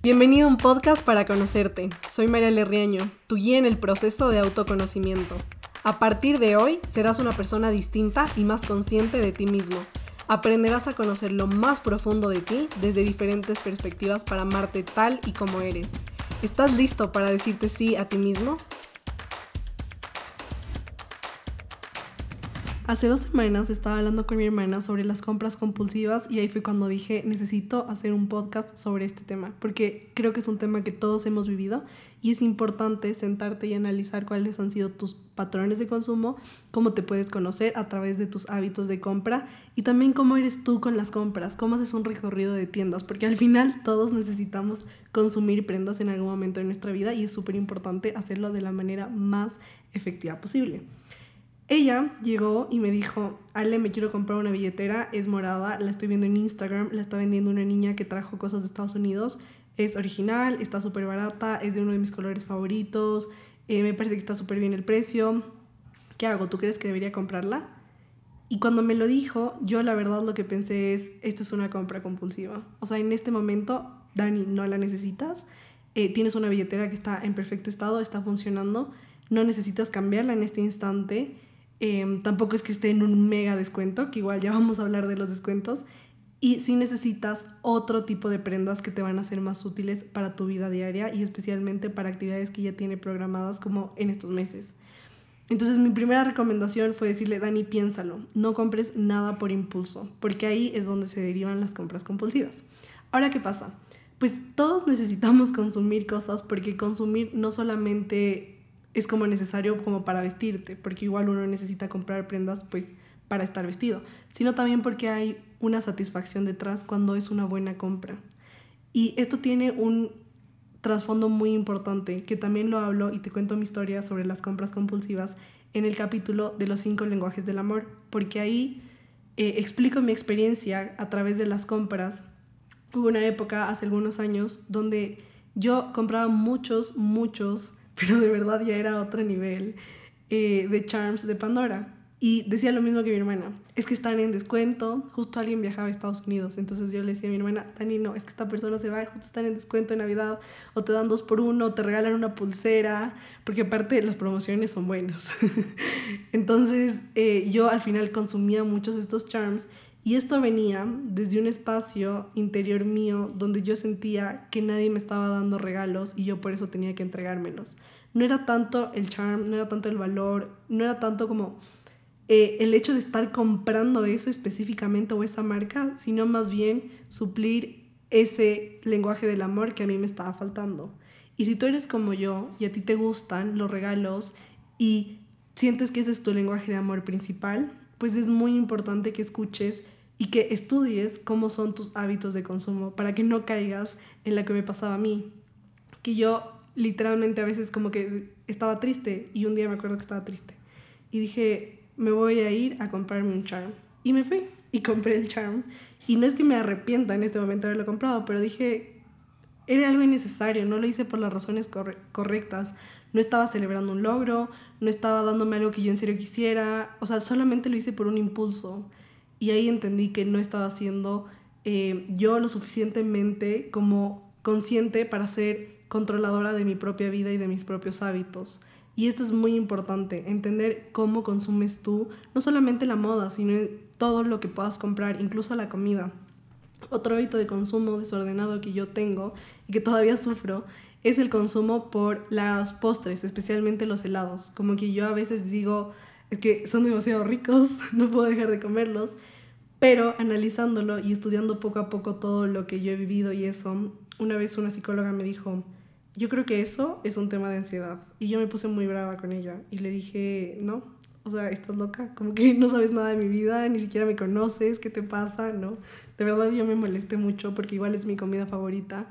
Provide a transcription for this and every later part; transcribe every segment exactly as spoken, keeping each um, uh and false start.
Bienvenido a un podcast para conocerte. Soy María Lerriaño, tu guía en el proceso de autoconocimiento. A partir de hoy serás una persona distinta y más consciente de ti mismo. Aprenderás a conocer lo más profundo de ti desde diferentes perspectivas para amarte tal y como eres. ¿Estás listo para decirte sí a ti mismo? Hace dos semanas estaba hablando con mi hermana sobre las compras compulsivas y ahí fue cuando dije, necesito hacer un podcast sobre este tema, porque creo que es un tema que todos hemos vivido y es importante sentarte y analizar cuáles han sido tus patrones de consumo, cómo te puedes conocer a través de tus hábitos de compra y también cómo eres tú con las compras, cómo haces un recorrido de tiendas, porque al final todos necesitamos consumir prendas en algún momento de nuestra vida y es súper importante hacerlo de la manera más efectiva posible. Ella llegó y me dijo, Ale, me quiero comprar una billetera, es morada, la estoy viendo en Instagram, la está vendiendo una niña que trajo cosas de Estados Unidos, es original, está súper barata, es de uno de mis colores favoritos, eh, me parece que está súper bien el precio, ¿qué hago? ¿Tú crees que debería comprarla? Y cuando me lo dijo, yo la verdad lo que pensé es, esto es una compra compulsiva. O sea, en este momento, Dani, no la necesitas, eh, tienes una billetera que está en perfecto estado, está funcionando, no necesitas cambiarla en este instante. Eh, tampoco es que esté en un mega descuento, que igual ya vamos a hablar de los descuentos, y sí necesitas otro tipo de prendas que te van a ser más útiles para tu vida diaria y especialmente para actividades que ya tiene programadas como en estos meses. Entonces mi primera recomendación fue decirle, Dani, piénsalo, no compres nada por impulso, porque ahí es donde se derivan las compras compulsivas. Ahora, ¿qué pasa? Pues todos necesitamos consumir cosas porque consumir no solamente es como necesario como para vestirte, porque igual uno necesita comprar prendas pues para estar vestido, sino también porque hay una satisfacción detrás cuando es una buena compra. Y esto tiene un trasfondo muy importante, que también lo hablo y te cuento mi historia sobre las compras compulsivas en el capítulo de los cinco lenguajes del amor, porque ahí eh, explico mi experiencia a través de las compras. Hubo una época hace algunos años donde yo compraba muchos, muchos pero de verdad ya era otro nivel, eh, de Charms de Pandora. Y decía lo mismo que mi hermana, es que están en descuento, justo alguien viajaba a Estados Unidos, entonces yo le decía a mi hermana, Dani, no, es que esta persona se va y justo están en descuento en Navidad, o te dan dos por uno, o te regalan una pulsera, porque aparte las promociones son buenas. Entonces eh, yo al final consumía muchos de estos Charms, y esto venía desde un espacio interior mío donde yo sentía que nadie me estaba dando regalos y yo por eso tenía que entregármelos. No era tanto el charm, no era tanto el valor, no era tanto como eh, el hecho de estar comprando eso específicamente o esa marca, sino más bien suplir ese lenguaje del amor que a mí me estaba faltando. Y si tú eres como yo y a ti te gustan los regalos y sientes que ese es tu lenguaje de amor principal, pues es muy importante que escuches y que estudies cómo son tus hábitos de consumo para que no caigas en la que me pasaba a mí, que yo literalmente a veces como que estaba triste y un día me acuerdo que estaba triste y dije, me voy a ir a comprarme un charm y me fui y compré el charm y no es que me arrepienta en este momento de haberlo comprado, pero dije, era algo innecesario, no lo hice por las razones corre- correctas, no estaba celebrando un logro, no estaba dándome algo que yo en serio quisiera, o sea, solamente lo hice por un impulso. Y ahí entendí que no estaba siendo eh, yo lo suficientemente como consciente para ser controladora de mi propia vida y de mis propios hábitos. Y esto es muy importante, entender cómo consumes tú, no solamente la moda, sino todo lo que puedas comprar, incluso la comida. Otro hábito de consumo desordenado que yo tengo y que todavía sufro es el consumo por los postres, especialmente los helados. Como que yo a veces digo, es que son demasiado ricos, no puedo dejar de comerlos, pero analizándolo y estudiando poco a poco todo lo que yo he vivido y eso, una vez una psicóloga me dijo, yo creo que eso es un tema de ansiedad. Y yo me puse muy brava con ella y le dije, no, o sea, estás loca, como que no sabes nada de mi vida, ni siquiera me conoces, ¿qué te pasa? ¿No? De verdad yo me molesté mucho porque igual es mi comida favorita.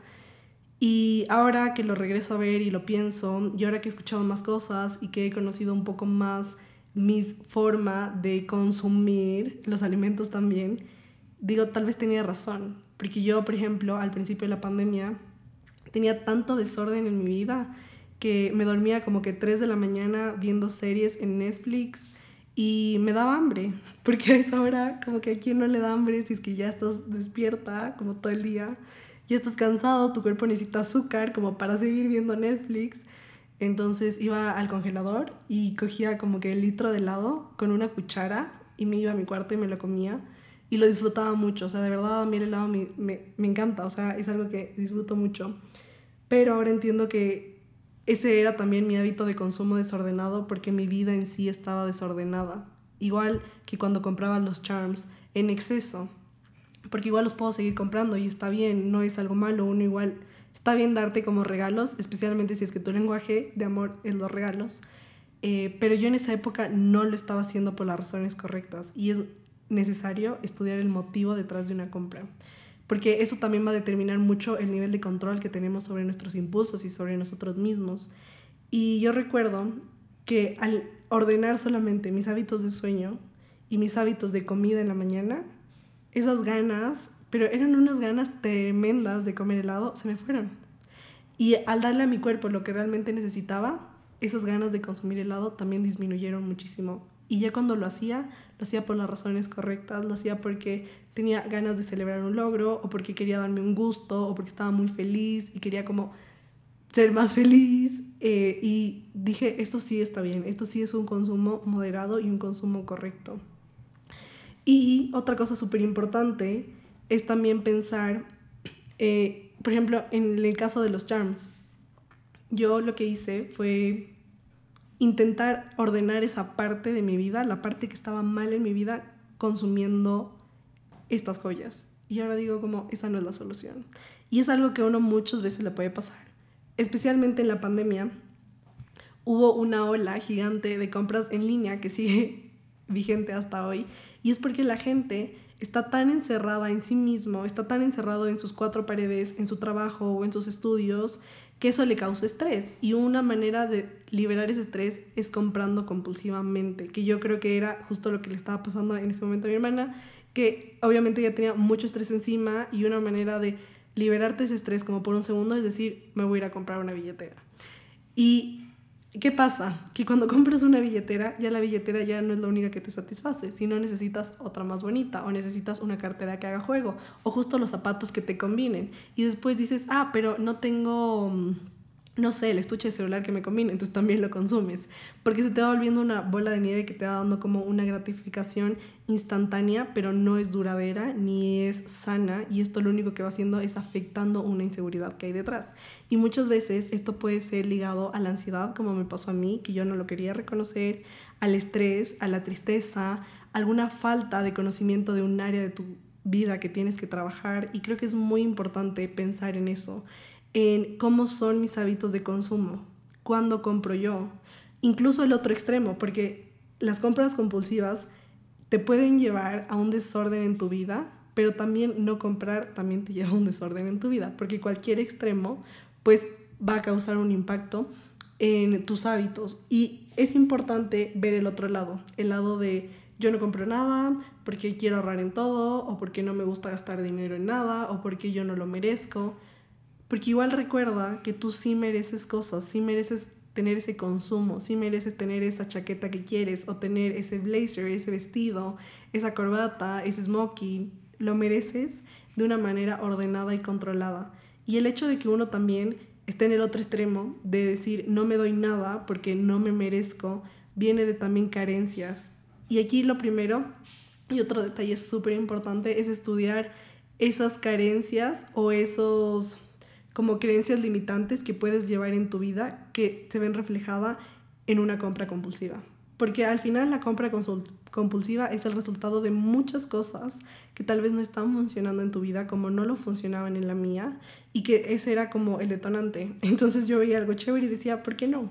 Y ahora que lo regreso a ver y lo pienso, y ahora que he escuchado más cosas y que he conocido un poco más mi forma de consumir los alimentos también, digo, tal vez tenía razón. Porque yo, por ejemplo, al principio de la pandemia, tenía tanto desorden en mi vida que me dormía como que tres de la mañana viendo series en Netflix y me daba hambre. Porque a esa hora, como que a quién no le da hambre si es que ya estás despierta como todo el día. ya estás cansado, tu cuerpo necesita azúcar como para seguir viendo Netflix. Entonces iba al congelador y cogía como que el litro de helado con una cuchara y me iba a mi cuarto y me lo comía y lo disfrutaba mucho. O sea, de verdad a mí el helado me, me, me encanta, o sea, es algo que disfruto mucho. Pero ahora entiendo que ese era también mi hábito de consumo desordenado porque mi vida en sí estaba desordenada. Igual que cuando compraba los Charms en exceso, porque igual los puedo seguir comprando y está bien, no es algo malo, uno igual está bien darte como regalos, especialmente si es que tu lenguaje de amor es los regalos, eh, pero yo en esa época no lo estaba haciendo por las razones correctas y es necesario estudiar el motivo detrás de una compra, porque eso también va a determinar mucho el nivel de control que tenemos sobre nuestros impulsos y sobre nosotros mismos. Y yo recuerdo que al ordenar solamente mis hábitos de sueño y mis hábitos de comida en la mañana, esas ganas, pero eran unas ganas tremendas de comer helado, se me fueron. Y al darle a mi cuerpo lo que realmente necesitaba, esas ganas de consumir helado también disminuyeron muchísimo. Y ya cuando lo hacía, lo hacía por las razones correctas, lo hacía porque tenía ganas de celebrar un logro, o porque quería darme un gusto, o porque estaba muy feliz y quería como ser más feliz. Eh, y dije, esto sí está bien, esto sí es un consumo moderado y un consumo correcto. Y otra cosa súper importante es también pensar, eh, por ejemplo, en el caso de los Charms. Yo lo que hice fue intentar ordenar esa parte de mi vida, la parte que estaba mal en mi vida, consumiendo estas joyas. Y ahora digo como, esa no es la solución. Y es algo que a uno muchas veces le puede pasar. Especialmente en la pandemia, hubo una ola gigante de compras en línea que sigue vigente hasta hoy. Y es porque la gente está tan encerrada en sí mismo, está tan encerrado en sus cuatro paredes, en su trabajo o en sus estudios, que eso le causa estrés. Y una manera de liberar ese estrés es comprando compulsivamente, que yo creo que era justo lo que le estaba pasando en ese momento a mi hermana, que obviamente ya tenía mucho estrés encima, y una manera de liberarte ese estrés como por un segundo es decir, me voy a ir a comprar una billetera. Y ¿qué pasa? Que cuando compras una billetera, ya la billetera ya no es la única que te satisface, sino necesitas otra más bonita, o necesitas una cartera que haga juego, o justo los zapatos que te combinen. Y después dices, ah, pero no tengo, no sé, el estuche de celular que me combine, entonces también lo consumes. Porque se te va volviendo una bola de nieve que te va dando como una gratificación instantánea, pero no es duradera ni es sana, y esto lo único que va haciendo es afectando una inseguridad que hay detrás. Y muchas veces esto puede ser ligado a la ansiedad, como me pasó a mí, que yo no lo quería reconocer, al estrés, a la tristeza, alguna falta de conocimiento de un área de tu vida que tienes que trabajar. Y creo que es muy importante pensar en eso, en cómo son mis hábitos de consumo, cuándo compro yo, incluso el otro extremo, porque las compras compulsivas te pueden llevar a un desorden en tu vida, pero también no comprar también te lleva a un desorden en tu vida, porque cualquier extremo pues va a causar un impacto en tus hábitos. Y es importante ver el otro lado, el lado de yo no compro nada porque quiero ahorrar en todo, o porque no me gusta gastar dinero en nada, o porque yo no lo merezco. Porque igual recuerda que tú sí mereces cosas, sí mereces tener ese consumo, sí mereces tener esa chaqueta que quieres, o tener ese blazer, ese vestido, esa corbata, ese smoking. Lo mereces de una manera ordenada y controlada. Y el hecho de que uno también esté en el otro extremo, de decir no me doy nada porque no me merezco, viene de también carencias. Y aquí lo primero, y otro detalle súper importante, es estudiar esas carencias o esos como creencias limitantes que puedes llevar en tu vida, que se ven reflejadas en una compra compulsiva. Porque al final la compra compulsiva es el resultado de muchas cosas que tal vez no están funcionando en tu vida como no lo funcionaban en la mía, y que ese era como el detonante. Entonces yo veía algo chévere y decía, ¿por qué no?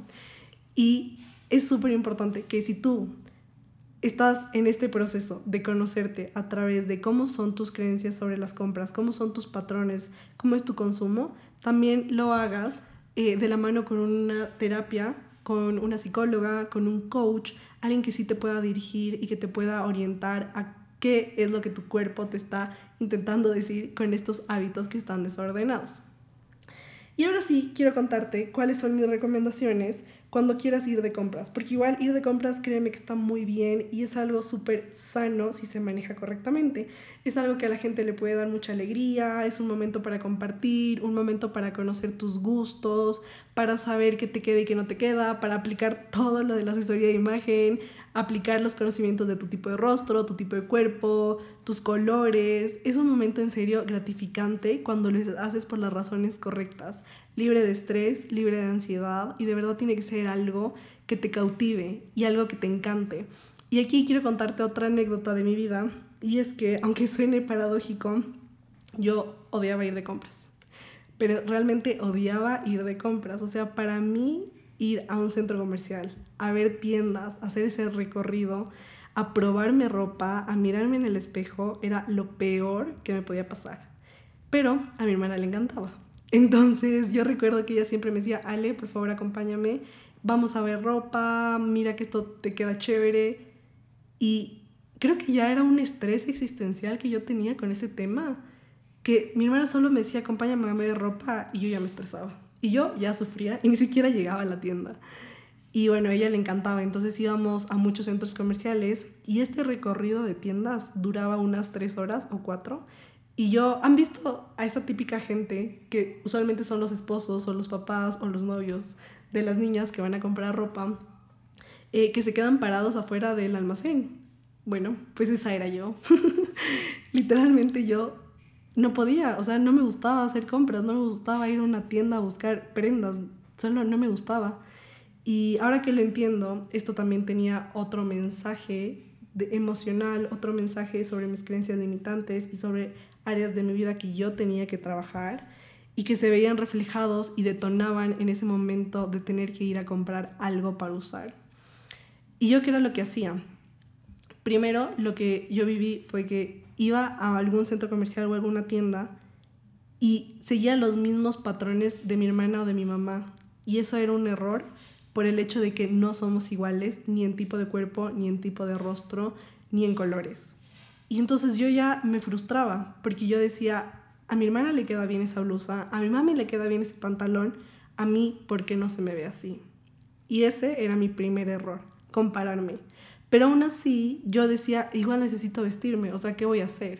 Y es súper importante que si tú estás en este proceso de conocerte a través de cómo son tus creencias sobre las compras, cómo son tus patrones, cómo es tu consumo, también lo hagas eh, de la mano con una terapia, con una psicóloga, con un coach, alguien que sí te pueda dirigir y que te pueda orientar a qué es lo que tu cuerpo te está intentando decir con estos hábitos que están desordenados. Y ahora sí, quiero contarte cuáles son mis recomendaciones cuando quieras ir de compras, porque igual ir de compras, créeme que está muy bien y es algo súper sano si se maneja correctamente. Es algo que a la gente le puede dar mucha alegría, es un momento para compartir, un momento para conocer tus gustos, para saber qué te queda y qué no te queda, para aplicar todo lo de la asesoría de imagen, aplicar los conocimientos de tu tipo de rostro, tu tipo de cuerpo, tus colores. Es un momento en serio gratificante cuando lo haces por las razones correctas, libre de estrés, libre de ansiedad, y de verdad tiene que ser algo que te cautive y algo que te encante. Y aquí quiero contarte otra anécdota de mi vida, y es que, aunque suene paradójico, yo odiaba ir de compras, pero realmente odiaba ir de compras. O sea, para mí ir a un centro comercial, a ver tiendas, a hacer ese recorrido, a probarme ropa, a mirarme en el espejo, era lo peor que me podía pasar. Pero a mi hermana le encantaba. Entonces yo recuerdo que ella siempre me decía, Ale, por favor acompáñame, vamos a ver ropa, mira que esto te queda chévere. Y creo que ya era un estrés existencial que yo tenía con ese tema, que mi hermana solo me decía, acompáñame a ver ropa, y yo ya me estresaba. Y yo ya sufría y ni siquiera llegaba a la tienda. Y bueno, a ella le encantaba, entonces íbamos a muchos centros comerciales y este recorrido de tiendas duraba unas tres horas o cuatro. Y yo, ¿han visto a esa típica gente que usualmente son los esposos o los papás o los novios de las niñas que van a comprar ropa, eh, que se quedan parados afuera del almacén? Bueno, pues esa era yo. Literalmente yo no podía, o sea, no me gustaba hacer compras, no me gustaba ir a una tienda a buscar prendas, solo no me gustaba. Y ahora que lo entiendo, esto también tenía otro mensaje de emocional, otro mensaje sobre mis creencias limitantes y sobre áreas de mi vida que yo tenía que trabajar y que se veían reflejados y detonaban en ese momento de tener que ir a comprar algo para usar. ¿Y yo qué era lo que hacía? Primero, lo que yo viví fue que iba a algún centro comercial o alguna tienda y seguía los mismos patrones de mi hermana o de mi mamá. Y eso era un error por el hecho de que no somos iguales ni en tipo de cuerpo, ni en tipo de rostro, ni en colores. Y entonces yo ya me frustraba porque yo decía, a mi hermana le queda bien esa blusa, a mi mami le queda bien ese pantalón, a mí, ¿por qué no se me ve así? Y ese era mi primer error, compararme. Pero aún así yo decía, igual necesito vestirme, o sea, ¿qué voy a hacer?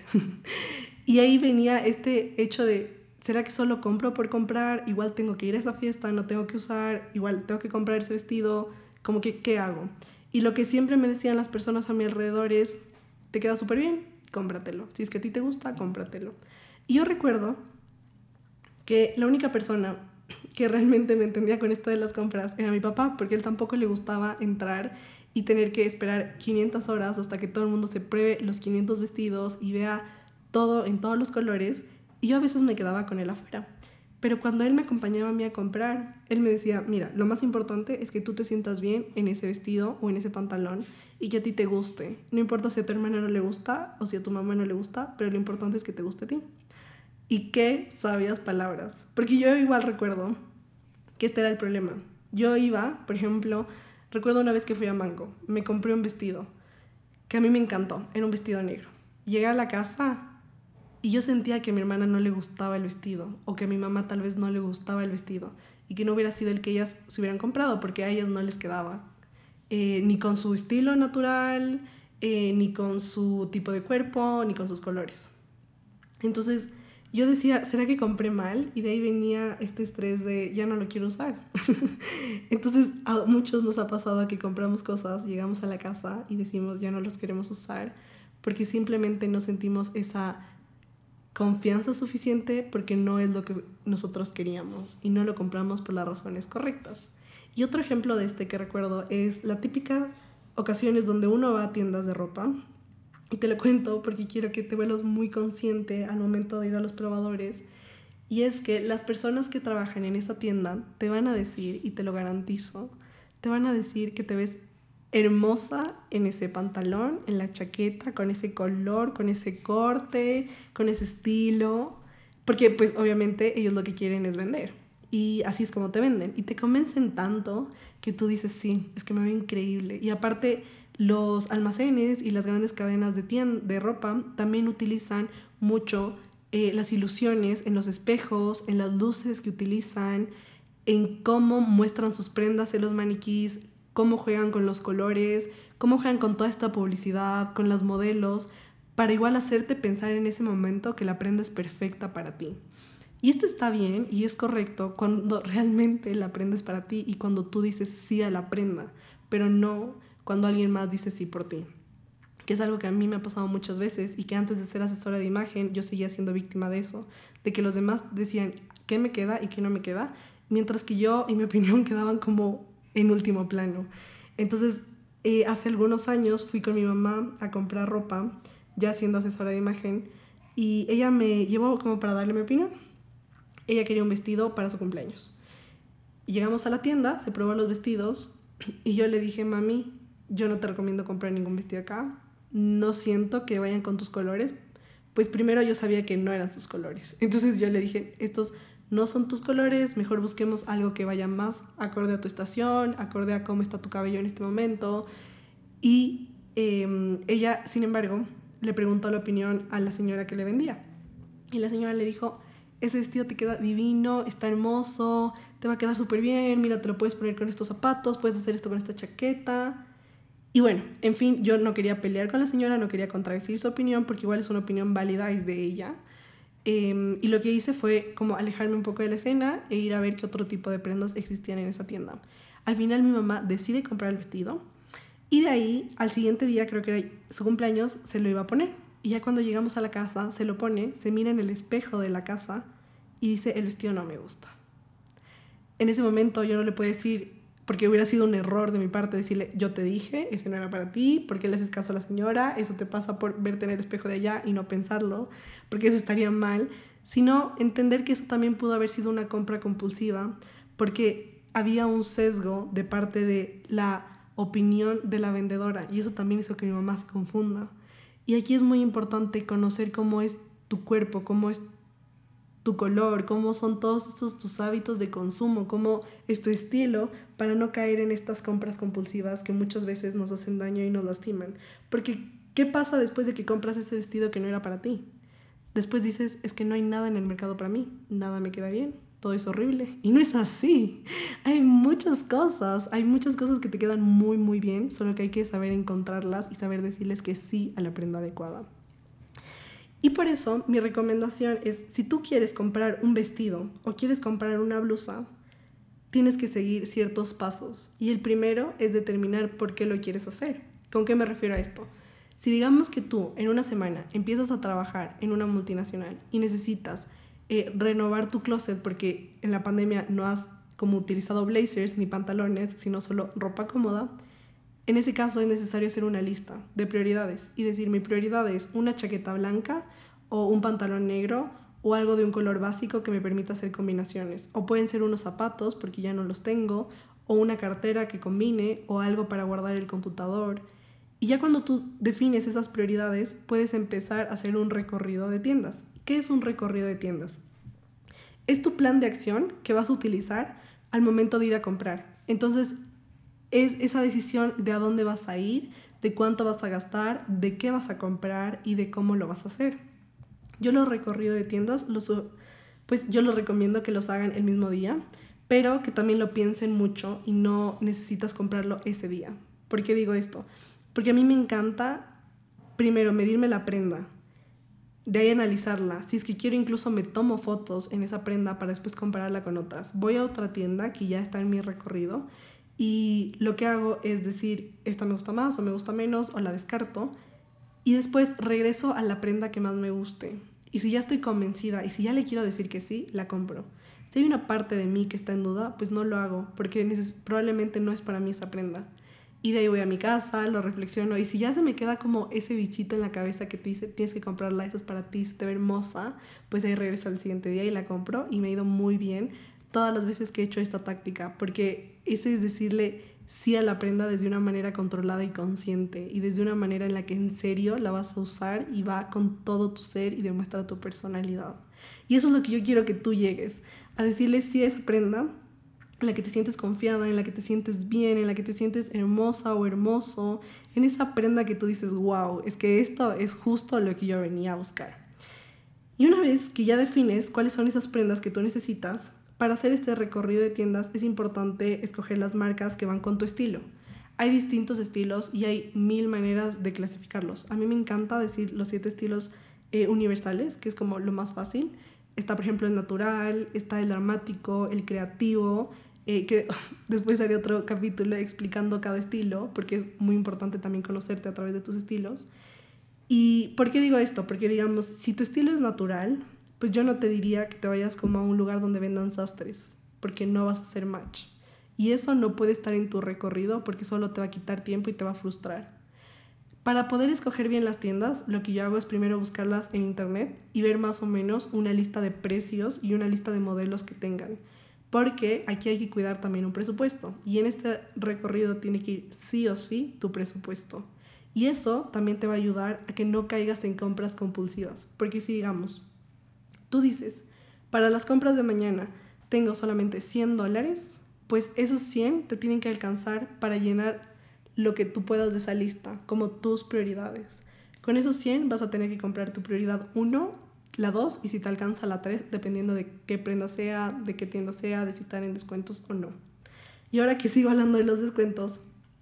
Y ahí venía este hecho de, ¿será que solo compro por comprar? Igual tengo que ir a esa fiesta, no tengo que usar, igual tengo que comprar ese vestido, como que, ¿qué hago? Y lo que siempre me decían las personas a mi alrededor es, te queda súper bien, cómpratelo. Si es que a ti te gusta, cómpratelo. Y yo recuerdo que la única persona que realmente me entendía con esto de las compras era mi papá, porque él tampoco le gustaba entrar y tener que esperar quinientas horas hasta que todo el mundo se pruebe los quinientos vestidos y vea todo en todos los colores, y yo a veces me quedaba con él afuera. Pero cuando él me acompañaba a mí a comprar, él me decía, mira, lo más importante es que tú te sientas bien en ese vestido o en ese pantalón y que a ti te guste. No importa si a tu hermana no le gusta o si a tu mamá no le gusta, pero lo importante es que te guste a ti. Y qué sabias palabras. Porque yo igual recuerdo que este era el problema. Yo iba, por ejemplo, recuerdo una vez que fui a Mango, me compré un vestido que a mí me encantó, era un vestido negro. Llegué a la casa y yo sentía que a mi hermana no le gustaba el vestido, o que a mi mamá tal vez no le gustaba el vestido, y que no hubiera sido el que ellas se hubieran comprado, porque a ellas no les quedaba. Eh, ni con su estilo natural, eh, ni con su tipo de cuerpo, ni con sus colores. Entonces yo decía, ¿será que compré mal? Y de ahí venía este estrés de, ya no lo quiero usar. Entonces a muchos nos ha pasado que compramos cosas, llegamos a la casa y decimos, ya no los queremos usar, porque simplemente no sentimos esa confianza suficiente, porque no es lo que nosotros queríamos y no lo compramos por las razones correctas. Y otro ejemplo de este que recuerdo es la típica ocasiones donde uno va a tiendas de ropa, y te lo cuento porque quiero que te vuelvas muy consciente al momento de ir a los probadores, y es que las personas que trabajan en esta tienda te van a decir, y te lo garantizo, te van a decir que te ves hermosa en ese pantalón, en la chaqueta, con ese color, con ese corte, con ese estilo, porque pues obviamente ellos lo que quieren es vender, y así es como te venden, y te convencen tanto que tú dices, sí, es que me veo increíble. Y aparte los almacenes y las grandes cadenas de tienda de ropa también utilizan mucho eh, las ilusiones en los espejos, en las luces que utilizan, en cómo muestran sus prendas en los maniquís, cómo juegan con los colores, cómo juegan con toda esta publicidad, con los modelos, para igual hacerte pensar en ese momento que la prenda es perfecta para ti. Y esto está bien y es correcto cuando realmente la prenda es para ti y cuando tú dices sí a la prenda, pero no cuando alguien más dice sí por ti. Que es algo que a mí me ha pasado muchas veces y que antes de ser asesora de imagen yo seguía siendo víctima de eso, de que los demás decían qué me queda y qué no me queda, mientras que yo y mi opinión quedaban como en último plano. Entonces, eh, hace algunos años fui con mi mamá a comprar ropa, ya siendo asesora de imagen, y ella me llevó como para darle mi opinión. Ella quería un vestido para su cumpleaños. Llegamos a la tienda, se probó los vestidos y yo le dije, mami, yo no te recomiendo comprar ningún vestido acá, no siento que vayan con tus colores. Pues primero yo sabía que no eran sus colores, entonces yo le dije, estos no son tus colores, mejor busquemos algo que vaya más acorde a tu estación, acorde a cómo está tu cabello en este momento. Y eh, ella, sin embargo, le preguntó la opinión a la señora que le vendía. Y la señora le dijo, ese vestido te queda divino, está hermoso, te va a quedar súper bien, mira, te lo puedes poner con estos zapatos, puedes hacer esto con esta chaqueta. Y bueno, en fin, yo no quería pelear con la señora, no quería contradecir su opinión, porque igual es una opinión válida, es de ella. Eh, y lo que hice fue como alejarme un poco de la escena e ir a ver qué otro tipo de prendas existían en esa tienda. Al final mi mamá decide comprar el vestido y de ahí al siguiente día, creo que era su cumpleaños, se lo iba a poner. Y ya cuando llegamos a la casa, se lo pone, se mira en el espejo de la casa y dice, el vestido no me gusta. En ese momento yo no le puedo decir, porque hubiera sido un error de mi parte decirle, yo te dije, ese no era para ti, ¿por qué le haces caso a la señora? Eso te pasa por verte en el espejo de allá y no pensarlo, porque eso estaría mal. Sino entender que eso también pudo haber sido una compra compulsiva, porque había un sesgo de parte de la opinión de la vendedora, y eso también hizo que mi mamá se confunda. Y aquí es muy importante conocer cómo es tu cuerpo, cómo es tu color, cómo son todos estos tus hábitos de consumo, cómo es tu estilo, para no caer en estas compras compulsivas que muchas veces nos hacen daño y nos lastiman. Porque, ¿qué pasa después de que compras ese vestido que no era para ti? Después dices, es que no hay nada en el mercado para mí, nada me queda bien, todo es horrible. Y no es así. Hay muchas cosas, hay muchas cosas que te quedan muy, muy bien, solo que hay que saber encontrarlas y saber decirles que sí a la prenda adecuada. Y por eso mi recomendación es, si tú quieres comprar un vestido o quieres comprar una blusa, tienes que seguir ciertos pasos. Y el primero es determinar por qué lo quieres hacer. ¿Con qué me refiero a esto? Si digamos que tú en una semana empiezas a trabajar en una multinacional y necesitas eh, renovar tu closet porque en la pandemia no has como utilizado blazers ni pantalones, sino solo ropa cómoda, en ese caso es necesario hacer una lista de prioridades y decir, mi prioridad es una chaqueta blanca o un pantalón negro o algo de un color básico que me permita hacer combinaciones. O pueden ser unos zapatos porque ya no los tengo, o una cartera que combine, o algo para guardar el computador. Y ya cuando tú defines esas prioridades, puedes empezar a hacer un recorrido de tiendas. ¿Qué es un recorrido de tiendas? Es tu plan de acción que vas a utilizar al momento de ir a comprar. Entonces, es esa decisión de a dónde vas a ir, de cuánto vas a gastar, de qué vas a comprar y de cómo lo vas a hacer. Yo los recorridos de tiendas, los, pues yo los recomiendo que los hagan el mismo día, pero que también lo piensen mucho y no necesitas comprarlo ese día. ¿Por qué digo esto? Porque a mí me encanta, primero, medirme la prenda, de ahí analizarla. Si es que quiero, incluso me tomo fotos en esa prenda para después compararla con otras. Voy a otra tienda que ya está en mi recorrido y lo que hago es decir, esta me gusta más o me gusta menos, o la descarto, y después regreso a la prenda que más me guste. Y si ya estoy convencida y si ya le quiero decir que sí, la compro. Si hay una parte de mí que está en duda, pues no lo hago, porque neces- probablemente no es para mí esa prenda. Y de ahí voy a mi casa, lo reflexiono, y si ya se me queda como ese bichito en la cabeza que te dice, tienes que comprarla, esa es para ti, se te ve hermosa, pues ahí regreso al siguiente día y la compro, y me ha ido muy bien todas las veces que he hecho esta táctica, porque ese es decirle sí a la prenda desde una manera controlada y consciente, y desde una manera en la que en serio la vas a usar y va con todo tu ser y demuestra tu personalidad. Y eso es lo que yo quiero que tú llegues, a decirle sí a esa prenda en la que te sientes confiada, en la que te sientes bien, en la que te sientes hermosa o hermoso, en esa prenda que tú dices, wow, es que esto es justo lo que yo venía a buscar. Y una vez que ya defines cuáles son esas prendas que tú necesitas, para hacer este recorrido de tiendas es importante escoger las marcas que van con tu estilo. Hay distintos estilos y hay mil maneras de clasificarlos. A mí me encanta decir los siete estilos eh, universales, que es como lo más fácil. Está, por ejemplo, el natural, está el dramático, el creativo, eh, que después haré otro capítulo explicando cada estilo, porque es muy importante también conocerte a través de tus estilos. ¿Y por qué digo esto? Porque, digamos, si tu estilo es natural, pues yo no te diría que te vayas como a un lugar donde vendan sastres, porque no vas a hacer match. Y eso no puede estar en tu recorrido porque solo te va a quitar tiempo y te va a frustrar. Para poder escoger bien las tiendas, lo que yo hago es primero buscarlas en internet y ver más o menos una lista de precios y una lista de modelos que tengan. Porque aquí hay que cuidar también un presupuesto. Y en este recorrido tiene que ir sí o sí tu presupuesto. Y eso también te va a ayudar a que no caigas en compras compulsivas. Porque si, digamos, tú dices, para las compras de mañana tengo solamente cien dólares, pues esos cien te tienen que alcanzar para llenar lo que tú puedas de esa lista, como tus prioridades. Con esos cien vas a tener que comprar tu prioridad uno, la dos y si te alcanza la tres, dependiendo de qué prenda sea, de qué tienda sea, de si están en descuentos o no. Y ahora que sigo hablando de los descuentos,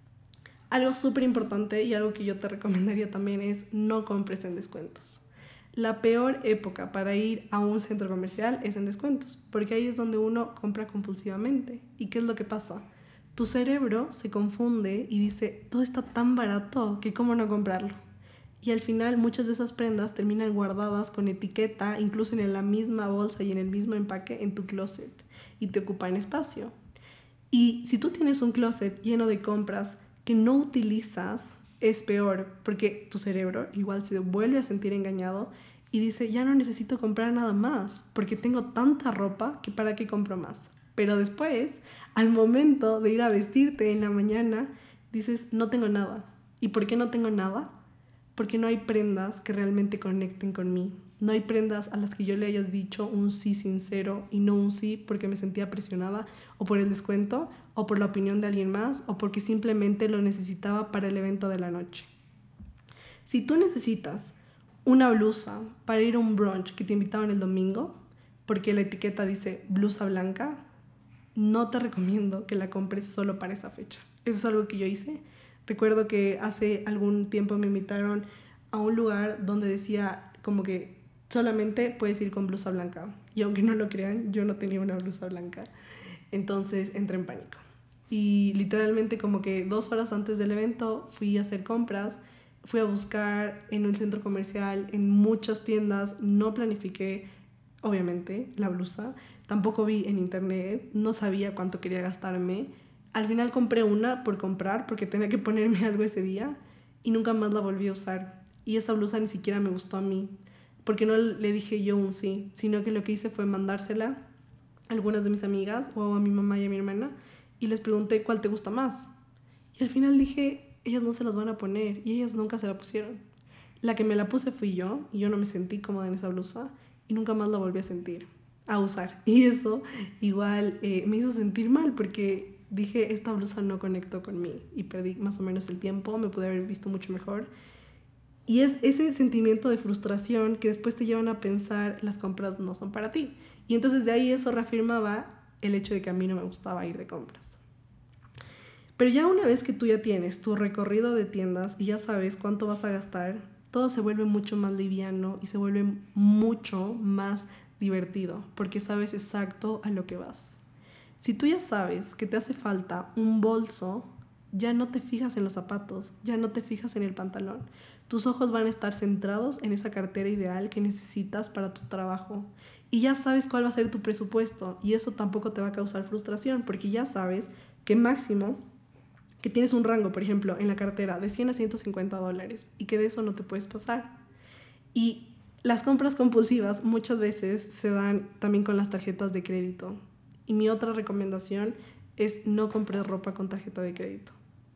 algo súper importante y algo que yo te recomendaría también es no compres en descuentos. La peor época para ir a un centro comercial es en descuentos, porque ahí es donde uno compra compulsivamente. ¿Y qué es lo que pasa? Tu cerebro se confunde y dice, todo está tan barato que cómo no comprarlo. Y al final muchas de esas prendas terminan guardadas con etiqueta, incluso en la misma bolsa y en el mismo empaque en tu closet, y te ocupan espacio. Y si tú tienes un closet lleno de compras que no utilizas, es peor, porque tu cerebro igual se vuelve a sentir engañado y dice, ya no necesito comprar nada más, porque tengo tanta ropa que para qué compro más. Pero después, al momento de ir a vestirte en la mañana, dices, no tengo nada. ¿Y por qué no tengo nada? Porque no hay prendas que realmente conecten con mí. No hay prendas a las que yo le haya dicho un sí sincero y no un sí porque me sentía presionada o por el descuento o por la opinión de alguien más o porque simplemente lo necesitaba para el evento de la noche. Si tú necesitas una blusa para ir a un brunch que te invitaron el domingo porque la etiqueta dice blusa blanca, no te recomiendo que la compres solo para esa fecha. Eso es algo que yo hice. Recuerdo que hace algún tiempo me invitaron a un lugar donde decía como que solamente puedes ir con blusa blanca. Y aunque no lo crean, yo no tenía una blusa blanca. Entonces entré en pánico. Y literalmente como que dos horas antes del evento fui a hacer compras, fui a buscar en un centro comercial, en muchas tiendas, no planifiqué, obviamente, la blusa. Tampoco vi en internet, no sabía cuánto quería gastarme. Al final compré una por comprar porque tenía que ponerme algo ese día y nunca más la volví a usar. Y esa blusa ni siquiera me gustó a mí porque no le dije yo un sí, sino que lo que hice fue mandársela a algunas de mis amigas o a mi mamá y a mi hermana y les pregunté cuál te gusta más. Y al final dije, ellas no se las van a poner y ellas nunca se la pusieron. La que me la puse fui yo y yo no me sentí cómoda en esa blusa y nunca más la volví a sentir, a usar. Y eso igual eh, me hizo sentir mal porque dije, esta blusa no conectó con mí y perdí más o menos el tiempo, me pude haber visto mucho mejor. Y es ese sentimiento de frustración que después te llevan a pensar, las compras no son para ti. Y entonces de ahí eso reafirmaba el hecho de que a mí no me gustaba ir de compras. Pero ya una vez que tú ya tienes tu recorrido de tiendas y ya sabes cuánto vas a gastar, todo se vuelve mucho más liviano y se vuelve mucho más divertido porque sabes exacto a lo que vas. Si tú ya sabes que te hace falta un bolso, ya no te fijas en los zapatos, ya no te fijas en el pantalón. Tus ojos van a estar centrados en esa cartera ideal que necesitas para tu trabajo. Y ya sabes cuál va a ser tu presupuesto y eso tampoco te va a causar frustración porque ya sabes que máximo, que tienes un rango, por ejemplo, en la cartera de cien a ciento cincuenta dólares y que de eso no te puedes pasar. Y las compras compulsivas muchas veces se dan también con las tarjetas de crédito. Y mi otra recomendación es no compres ropa con tarjeta de crédito.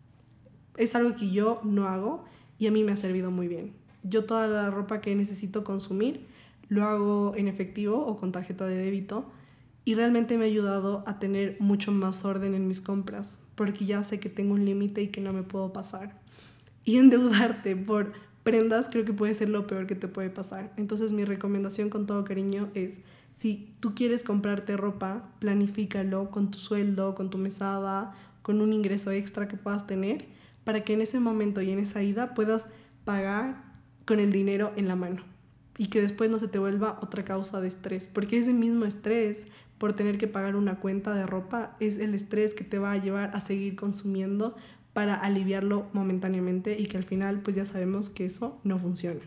Es algo que yo no hago y a mí me ha servido muy bien. Yo toda la ropa que necesito consumir lo hago en efectivo o con tarjeta de débito y realmente me ha ayudado a tener mucho más orden en mis compras porque ya sé que tengo un límite y que no me puedo pasar. Y endeudarte por prendas creo que puede ser lo peor que te puede pasar. Entonces mi recomendación con todo cariño es, si tú quieres comprarte ropa, planifícalo con tu sueldo, con tu mesada, con un ingreso extra que puedas tener, para que en ese momento y en esa ida puedas pagar con el dinero en la mano y que después no se te vuelva otra causa de estrés, porque ese mismo estrés por tener que pagar una cuenta de ropa es el estrés que te va a llevar a seguir consumiendo para aliviarlo momentáneamente y que al final pues ya sabemos que eso no funciona.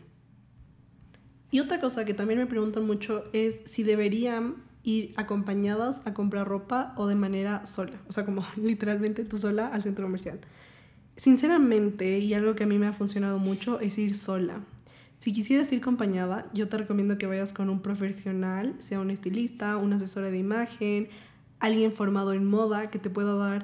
Y otra cosa que también me preguntan mucho es si deberían ir acompañadas a comprar ropa o de manera sola, o sea, como literalmente tú sola al centro comercial. Sinceramente, y algo que a mí me ha funcionado mucho, es ir sola. Si quisieras ir acompañada, yo te recomiendo que vayas con un profesional, sea un estilista, una asesora de imagen, alguien formado en moda que te pueda dar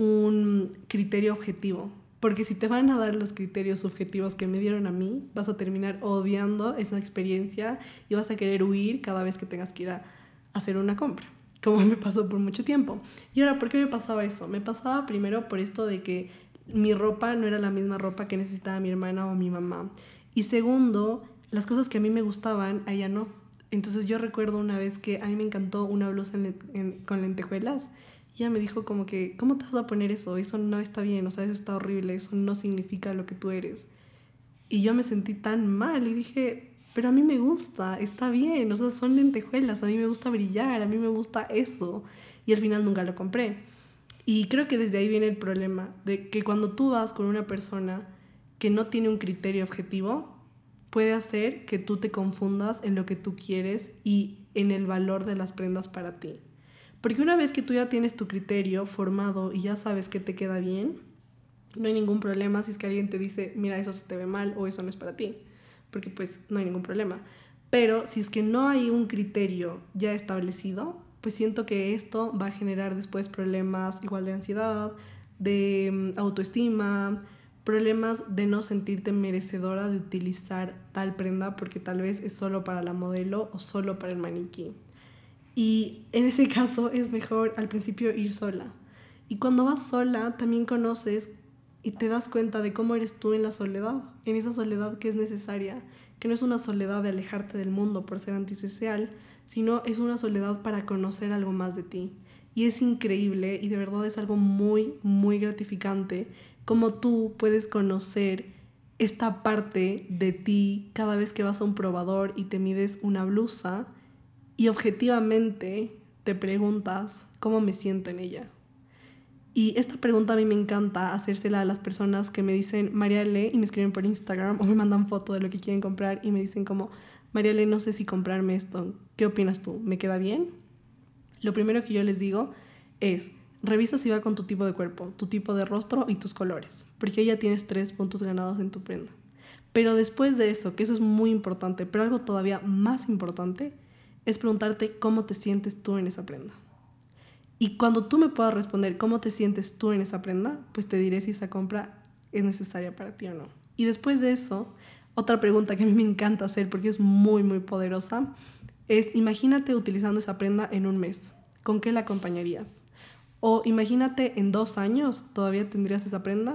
un criterio objetivo. Porque si te van a dar los criterios subjetivos que me dieron a mí, vas a terminar odiando esa experiencia y vas a querer huir cada vez que tengas que ir a hacer una compra, como me pasó por mucho tiempo. Y ahora, ¿por qué me pasaba eso? Me pasaba primero por esto de que mi ropa no era la misma ropa que necesitaba mi hermana o mi mamá. Y segundo, las cosas que a mí me gustaban, a ella no. Entonces yo recuerdo una vez que a mí me encantó una blusa en, en, con lentejuelas. Y ella me dijo como que, ¿cómo te vas a poner eso? Eso no está bien, o sea, eso está horrible, eso no significa lo que tú eres. Y yo me sentí tan mal y dije, pero a mí me gusta, está bien, o sea, son lentejuelas, a mí me gusta brillar, a mí me gusta eso. Y al final nunca lo compré. Y creo que desde ahí viene el problema, de que cuando tú vas con una persona que no tiene un criterio objetivo, puede hacer que tú te confundas en lo que tú quieres y en el valor de las prendas para ti. Porque una vez que tú ya tienes tu criterio formado y ya sabes que te queda bien, no hay ningún problema si es que alguien te dice, mira, eso se te ve mal o eso no es para ti, porque pues no hay ningún problema. Pero si es que no hay un criterio ya establecido, pues siento que esto va a generar después problemas igual de ansiedad, de um, autoestima, problemas de no sentirte merecedora de utilizar tal prenda porque tal vez es solo para la modelo o solo para el maniquí. Y en ese caso es mejor al principio ir sola. Y cuando vas sola también conoces y te das cuenta de cómo eres tú en la soledad, en esa soledad que es necesaria, que no es una soledad de alejarte del mundo por ser antisocial, sino es una soledad para conocer algo más de ti. Y es increíble y de verdad es algo muy, muy gratificante cómo tú puedes conocer esta parte de ti cada vez que vas a un probador y te mides una blusa y objetivamente te preguntas cómo me siento en ella. Y esta pregunta a mí me encanta hacérsela a las personas que me dicen Mariale y me escriben por Instagram o me mandan foto de lo que quieren comprar y me dicen como Mariale, no sé si comprarme esto, ¿qué opinas tú? ¿Me queda bien? Lo primero que yo les digo es revisa si va con tu tipo de cuerpo, tu tipo de rostro y tus colores, porque ahí ya tienes tres puntos ganados en tu prenda. Pero después de eso, que eso es muy importante, pero algo todavía más importante es preguntarte cómo te sientes tú en esa prenda. Y cuando tú me puedas responder cómo te sientes tú en esa prenda, pues te diré si esa compra es necesaria para ti o no. Y después de eso, otra pregunta que a mí me encanta hacer porque es muy, muy poderosa, es imagínate utilizando esa prenda en un mes. ¿Con qué la acompañarías? O imagínate en dos años, ¿todavía tendrías esa prenda?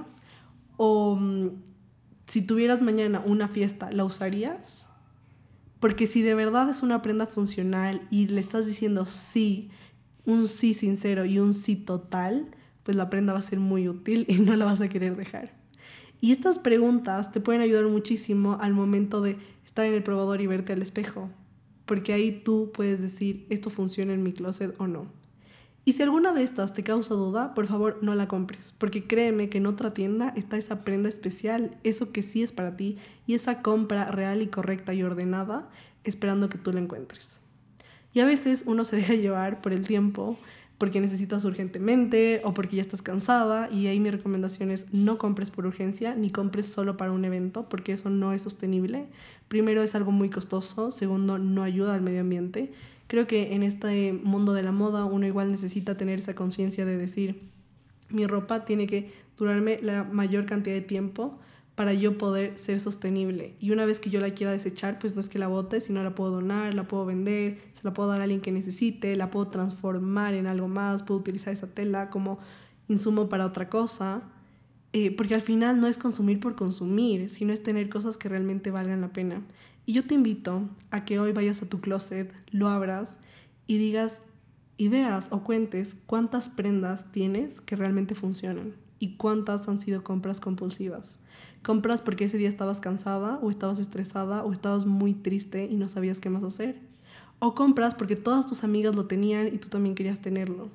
O um, si tuvieras mañana una fiesta, ¿la usarías? Porque si de verdad es una prenda funcional y le estás diciendo sí, un sí sincero y un sí total, pues la prenda va a ser muy útil y no la vas a querer dejar. Y estas preguntas te pueden ayudar muchísimo al momento de estar en el probador y verte al espejo, porque ahí tú puedes decir esto funciona en mi closet o no. Y si alguna de estas te causa duda, por favor no la compres, porque créeme que en otra tienda está esa prenda especial, eso que sí es para ti, y esa compra real y correcta y ordenada, esperando que tú la encuentres. Y a veces uno se deja llevar por el tiempo, porque necesitas urgentemente o porque ya estás cansada, y ahí mi recomendación es no compres por urgencia ni compres solo para un evento, porque eso no es sostenible. Primero, es algo muy costoso. Segundo, no ayuda al medio ambiente. Creo que en este mundo de la moda uno igual necesita tener esa conciencia de decir mi ropa tiene que durarme la mayor cantidad de tiempo para yo poder ser sostenible. Y una vez que yo la quiera desechar, pues no es que la bote, sino la puedo donar, la puedo vender, se la puedo dar a alguien que necesite, la puedo transformar en algo más, puedo utilizar esa tela como insumo para otra cosa. Eh, porque al final no es consumir por consumir, sino es tener cosas que realmente valgan la pena. Y yo te invito a que hoy vayas a tu closet, lo abras y digas, y veas o cuentes cuántas prendas tienes que realmente funcionan y cuántas han sido compras compulsivas. Compras porque ese día estabas cansada o estabas estresada o estabas muy triste y no sabías qué más hacer. O compras porque todas tus amigas lo tenían y tú también querías tenerlo.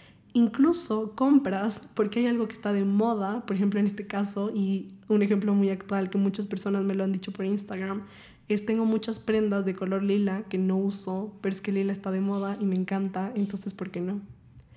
Incluso compras porque hay algo que está de moda, por ejemplo en este caso, y un ejemplo muy actual que muchas personas me lo han dicho por Instagram, es tengo muchas prendas de color lila que no uso, pero es que lila está de moda y me encanta, entonces ¿por qué no?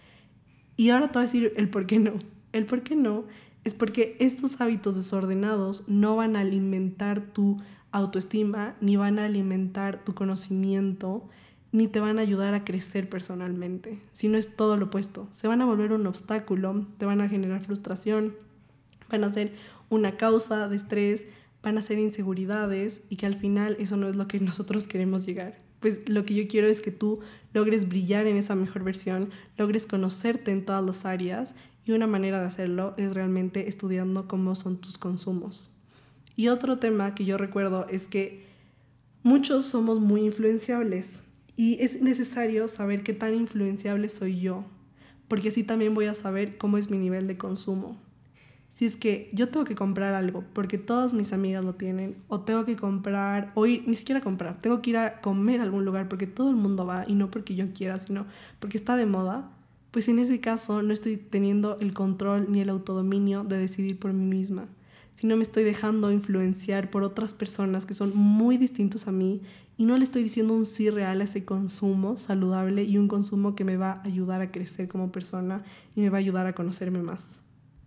Y ahora te voy a decir el por qué no. El por qué no es porque estos hábitos desordenados no van a alimentar tu autoestima, ni van a alimentar tu conocimiento, ni te van a ayudar a crecer personalmente, sino es todo lo opuesto. Se van a volver un obstáculo, te van a generar frustración, van a ser una causa de estrés, van a ser inseguridades y que al final eso no es lo que nosotros queremos llegar. Pues lo que yo quiero es que tú logres brillar en esa mejor versión, logres conocerte en todas las áreas y una manera de hacerlo es realmente estudiando cómo son tus consumos. Y otro tema que yo recuerdo es que muchos somos muy influenciables y es necesario saber qué tan influenciable soy yo, porque así también voy a saber cómo es mi nivel de consumo. Si es que yo tengo que comprar algo porque todas mis amigas lo tienen, o tengo que comprar, o ir, ni siquiera comprar, tengo que ir a comer a algún lugar porque todo el mundo va y no porque yo quiera, sino porque está de moda, pues en ese caso no estoy teniendo el control ni el autodominio de decidir por mí misma, sino me estoy dejando influenciar por otras personas que son muy distintos a mí y no le estoy diciendo un sí real a ese consumo saludable y un consumo que me va a ayudar a crecer como persona y me va a ayudar a conocerme más.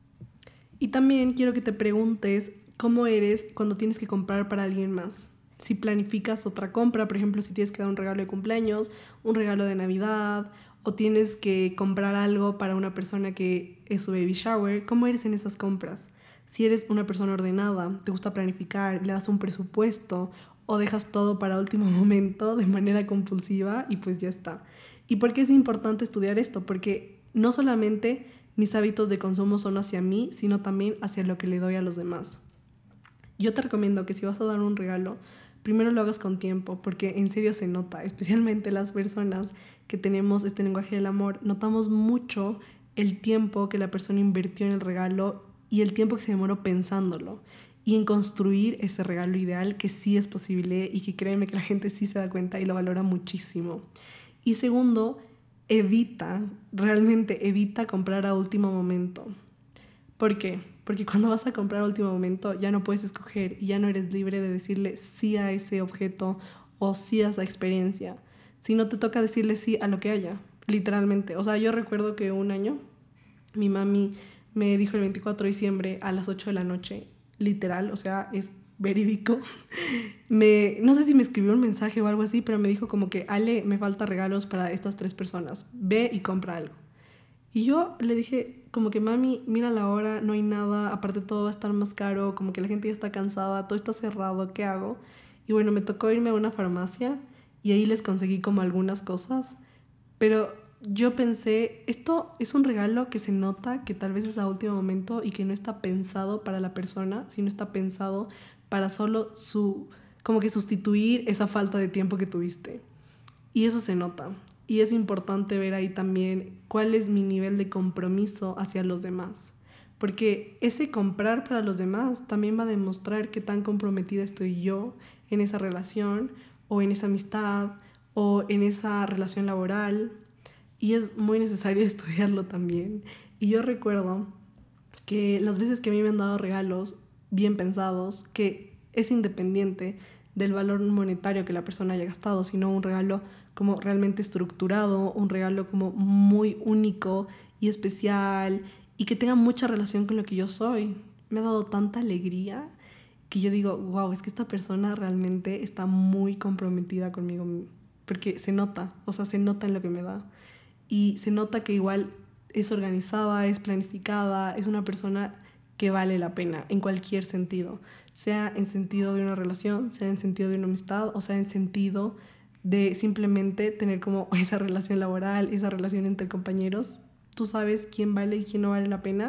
Y también quiero que te preguntes cómo eres cuando tienes que comprar para alguien más. Si planificas otra compra, por ejemplo, si tienes que dar un regalo de cumpleaños, un regalo de Navidad, o tienes que comprar algo para una persona que es su baby shower, ¿cómo eres en esas compras? Si eres una persona ordenada, te gusta planificar, le das un presupuesto o dejas todo para último momento de manera compulsiva y pues ya está. ¿Y por qué es importante estudiar esto? Porque no solamente mis hábitos de consumo son hacia mí, sino también hacia lo que le doy a los demás. Yo te recomiendo que si vas a dar un regalo, primero lo hagas con tiempo, porque en serio se nota, especialmente las personas que tenemos este lenguaje del amor, notamos mucho el tiempo que la persona invirtió en el regalo y el tiempo que se demoró pensándolo y en construir ese regalo ideal que sí es posible y que créeme que la gente sí se da cuenta y lo valora muchísimo. Y segundo, evita, realmente evita comprar a último momento. ¿Por qué? Porque cuando vas a comprar a último momento ya no puedes escoger y ya no eres libre de decirle sí a ese objeto o sí a esa experiencia, sino te toca decirle sí a lo que haya, literalmente. O sea, yo recuerdo que un año mi mami me dijo el veinticuatro de diciembre a las ocho de la noche, literal, o sea, es verídico. Me, no sé si me escribió un mensaje o algo así, pero me dijo como que, Ale, me falta regalos para estas tres personas, ve y compra algo. Y yo le dije como que, mami, mira la hora, no hay nada, aparte todo va a estar más caro, como que la gente ya está cansada, todo está cerrado, ¿qué hago? Y bueno, me tocó irme a una farmacia y ahí les conseguí como algunas cosas, pero yo pensé, esto es un regalo que se nota que tal vez es a último momento y que no está pensado para la persona, sino está pensado para solo su, como que sustituir esa falta de tiempo que tuviste. Y eso se nota. Y es importante ver ahí también cuál es mi nivel de compromiso hacia los demás. Porque ese comprar para los demás también va a demostrar qué tan comprometida estoy yo en esa relación o en esa amistad o en esa relación laboral. Y es muy necesario estudiarlo también. Y yo recuerdo que las veces que a mí me han dado regalos bien pensados, que es independiente del valor monetario que la persona haya gastado, sino un regalo como realmente estructurado, un regalo como muy único y especial y que tenga mucha relación con lo que yo soy. Me ha dado tanta alegría que yo digo, wow, es que esta persona realmente está muy comprometida conmigo, porque se nota, o sea, se nota en lo que me da. Y se nota que igual es organizada, es planificada, es una persona que vale la pena en cualquier sentido, sea en sentido de una relación, sea en sentido de una amistad, o sea en sentido de simplemente tener como esa relación laboral, esa relación entre compañeros. Tú sabes quién vale y quién no vale la pena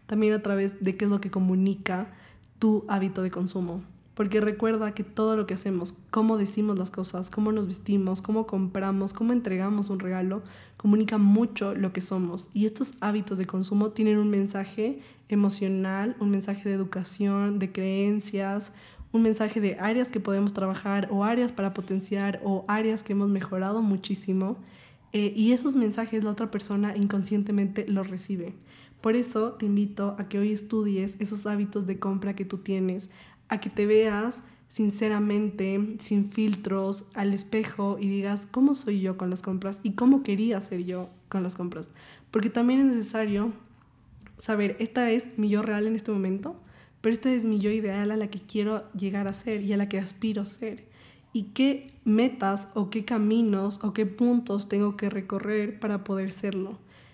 también a través de qué es lo que comunica tu hábito de consumo. Porque recuerda que todo lo que hacemos, cómo decimos las cosas, cómo nos vestimos, cómo compramos, cómo entregamos un regalo, comunica mucho lo que somos. Y estos hábitos de consumo tienen un mensaje emocional, un mensaje de educación, de creencias, un mensaje de áreas que podemos trabajar o áreas para potenciar o áreas que hemos mejorado muchísimo. Eh, y esos mensajes la otra persona inconscientemente los recibe. Por eso te invito a que hoy estudies esos hábitos de compra que tú tienes, a que te veas sinceramente, sin filtros, al espejo y digas cómo soy yo con las compras y cómo quería ser yo con las compras. Porque también es necesario saber, esta es mi yo real en este momento, pero esta es mi yo ideal a la que quiero llegar a ser y a la que aspiro a ser. Y qué metas o qué caminos o qué puntos tengo que recorrer para poder serlo.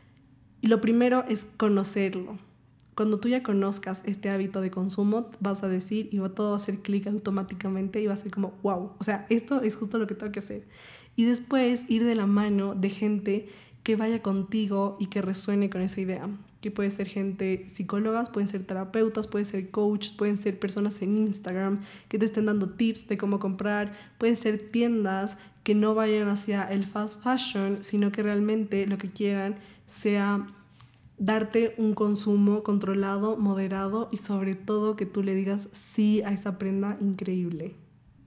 Y lo primero es conocerlo. Cuando tú ya conozcas este hábito de consumo, vas a decir y va todo a hacer clic automáticamente y va a ser como, wow, o sea, esto es justo lo que tengo que hacer. Y después ir de la mano de gente que vaya contigo y que resuene con esa idea. Que puede ser gente psicólogas, pueden ser terapeutas, pueden ser coaches, pueden ser personas en Instagram que te estén dando tips de cómo comprar, pueden ser tiendas que no vayan hacia el fast fashion, sino que realmente lo que quieran sea darte un consumo controlado, moderado y sobre todo que tú le digas sí a esa prenda increíble.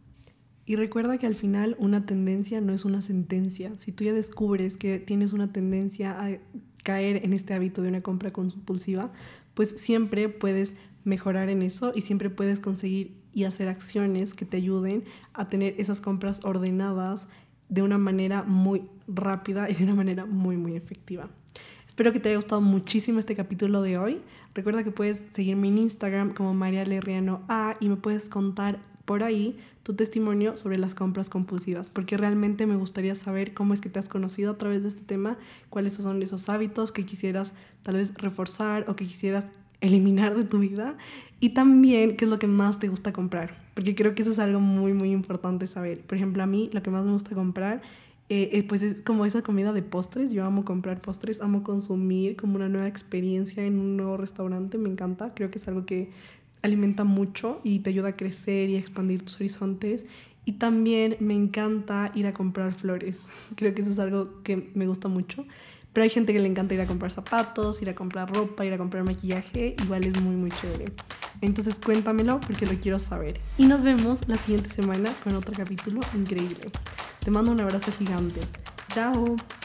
Y recuerda que al final una tendencia no es una sentencia. Si tú ya descubres que tienes una tendencia a caer en este hábito de una compra compulsiva, pues siempre puedes mejorar en eso y siempre puedes conseguir y hacer acciones que te ayuden a tener esas compras ordenadas de una manera muy rápida y de una manera muy, muy efectiva. Espero que te haya gustado muchísimo este capítulo de hoy. Recuerda que puedes seguirme en Instagram como Mariale Riano A y me puedes contar por ahí tu testimonio sobre las compras compulsivas, porque realmente me gustaría saber cómo es que te has conocido a través de este tema, cuáles son esos hábitos que quisieras tal vez reforzar o que quisieras eliminar de tu vida y también qué es lo que más te gusta comprar, porque creo que eso es algo muy, muy importante saber. Por ejemplo, a mí lo que más me gusta comprar Eh, eh, pues es como esa comida de postres. Yo amo comprar postres, amo consumir como una nueva experiencia en un nuevo restaurante, me encanta, creo que es algo que alimenta mucho y te ayuda a crecer y a expandir tus horizontes. Y también me encanta ir a comprar flores, creo que eso es algo que me gusta mucho. Pero hay gente que le encanta ir a comprar zapatos, ir a comprar ropa, ir a comprar maquillaje, igual es muy muy chévere. Entonces cuéntamelo porque lo quiero saber. Y nos vemos la siguiente semana con otro capítulo increíble. Te mando un abrazo gigante. ¡Chao!